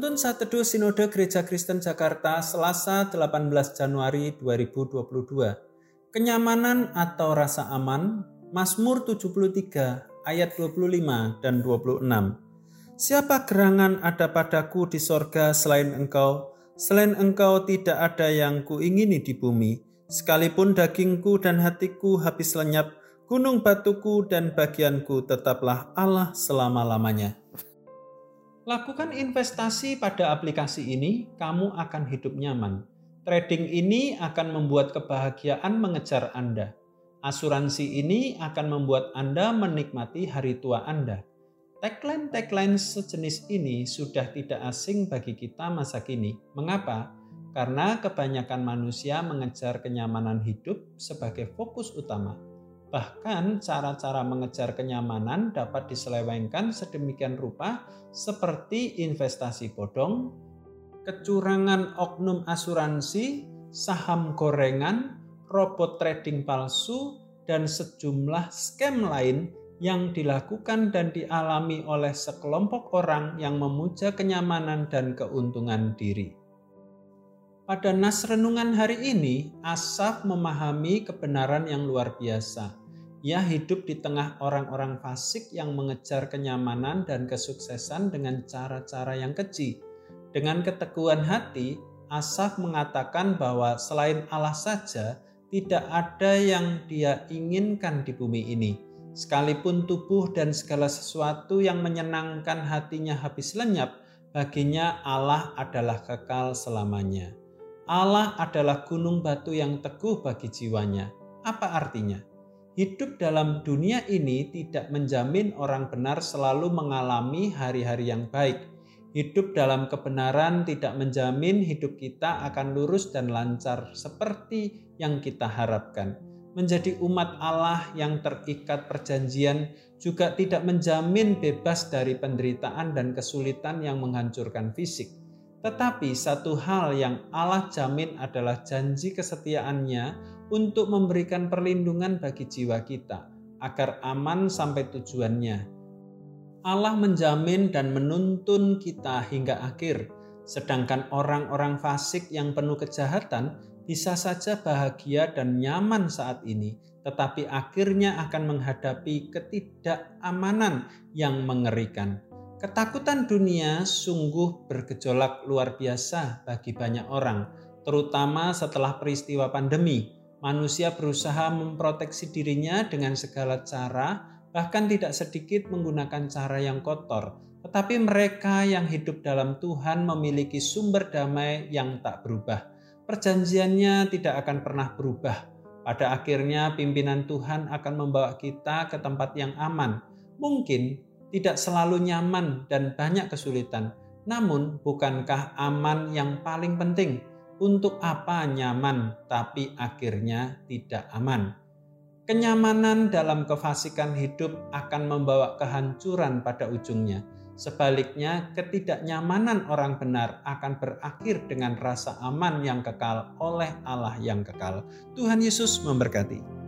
Penuntun Saat Teduh Sinode Gereja Kristen Jakarta, Selasa 18 Januari 2022. Kenyamanan atau rasa aman, Mazmur 73 ayat 25 dan 26. Siapa gerangan ada padaku di sorga selain engkau? Selain engkau tidak ada yang kuingini di bumi. Sekalipun dagingku dan hatiku habis lenyap, gunung batuku dan bagianku tetaplah Allah selama-lamanya. Lakukan investasi pada aplikasi ini, kamu akan hidup nyaman. Trading ini akan membuat kebahagiaan mengejar Anda. Asuransi ini akan membuat Anda menikmati hari tua Anda. Tagline-tagline sejenis ini sudah tidak asing bagi kita masa kini. Mengapa? Karena kebanyakan manusia mengejar kenyamanan hidup sebagai fokus utama. Bahkan cara-cara mengejar kenyamanan dapat diselewengkan sedemikian rupa seperti investasi bodong, kecurangan oknum asuransi, saham gorengan, robot trading palsu, dan sejumlah scam lain yang dilakukan dan dialami oleh sekelompok orang yang memuja kenyamanan dan keuntungan diri. Pada nas renungan hari ini, Asaf memahami kebenaran yang luar biasa. Ia hidup di tengah orang-orang fasik yang mengejar kenyamanan dan kesuksesan dengan cara-cara yang keji. Dengan keteguhan hati, Asaf mengatakan bahwa selain Allah saja, tidak ada yang dia inginkan di bumi ini. Sekalipun tubuh dan segala sesuatu yang menyenangkan hatinya habis lenyap, baginya Allah adalah kekal selamanya. Allah adalah gunung batu yang teguh bagi jiwanya. Apa artinya? Hidup dalam dunia ini tidak menjamin orang benar selalu mengalami hari-hari yang baik. Hidup dalam kebenaran tidak menjamin hidup kita akan lurus dan lancar seperti yang kita harapkan. Menjadi umat Allah yang terikat perjanjian juga tidak menjamin bebas dari penderitaan dan kesulitan yang menghancurkan fisik. Tetapi satu hal yang Allah jamin adalah janji kesetiaannya untuk memberikan perlindungan bagi jiwa kita, agar aman sampai tujuannya. Allah menjamin dan menuntun kita hingga akhir, sedangkan orang-orang fasik yang penuh kejahatan bisa saja bahagia dan nyaman saat ini, tetapi akhirnya akan menghadapi ketidakamanan yang mengerikan. Ketakutan dunia sungguh bergejolak luar biasa bagi banyak orang, terutama setelah peristiwa pandemi. Manusia berusaha memproteksi dirinya dengan segala cara, bahkan tidak sedikit menggunakan cara yang kotor. Tetapi mereka yang hidup dalam Tuhan memiliki sumber damai yang tak berubah. Perjanjiannya tidak akan pernah berubah. Pada akhirnya pimpinan Tuhan akan membawa kita ke tempat yang aman. Mungkin tidak selalu nyaman dan banyak kesulitan. Namun bukankah aman yang paling penting? Untuk apa nyaman tapi akhirnya tidak aman? Kenyamanan dalam kefasikan hidup akan membawa kehancuran pada ujungnya. Sebaliknya, ketidaknyamanan orang benar akan berakhir dengan rasa aman yang kekal oleh Allah yang kekal. Tuhan Yesus memberkati.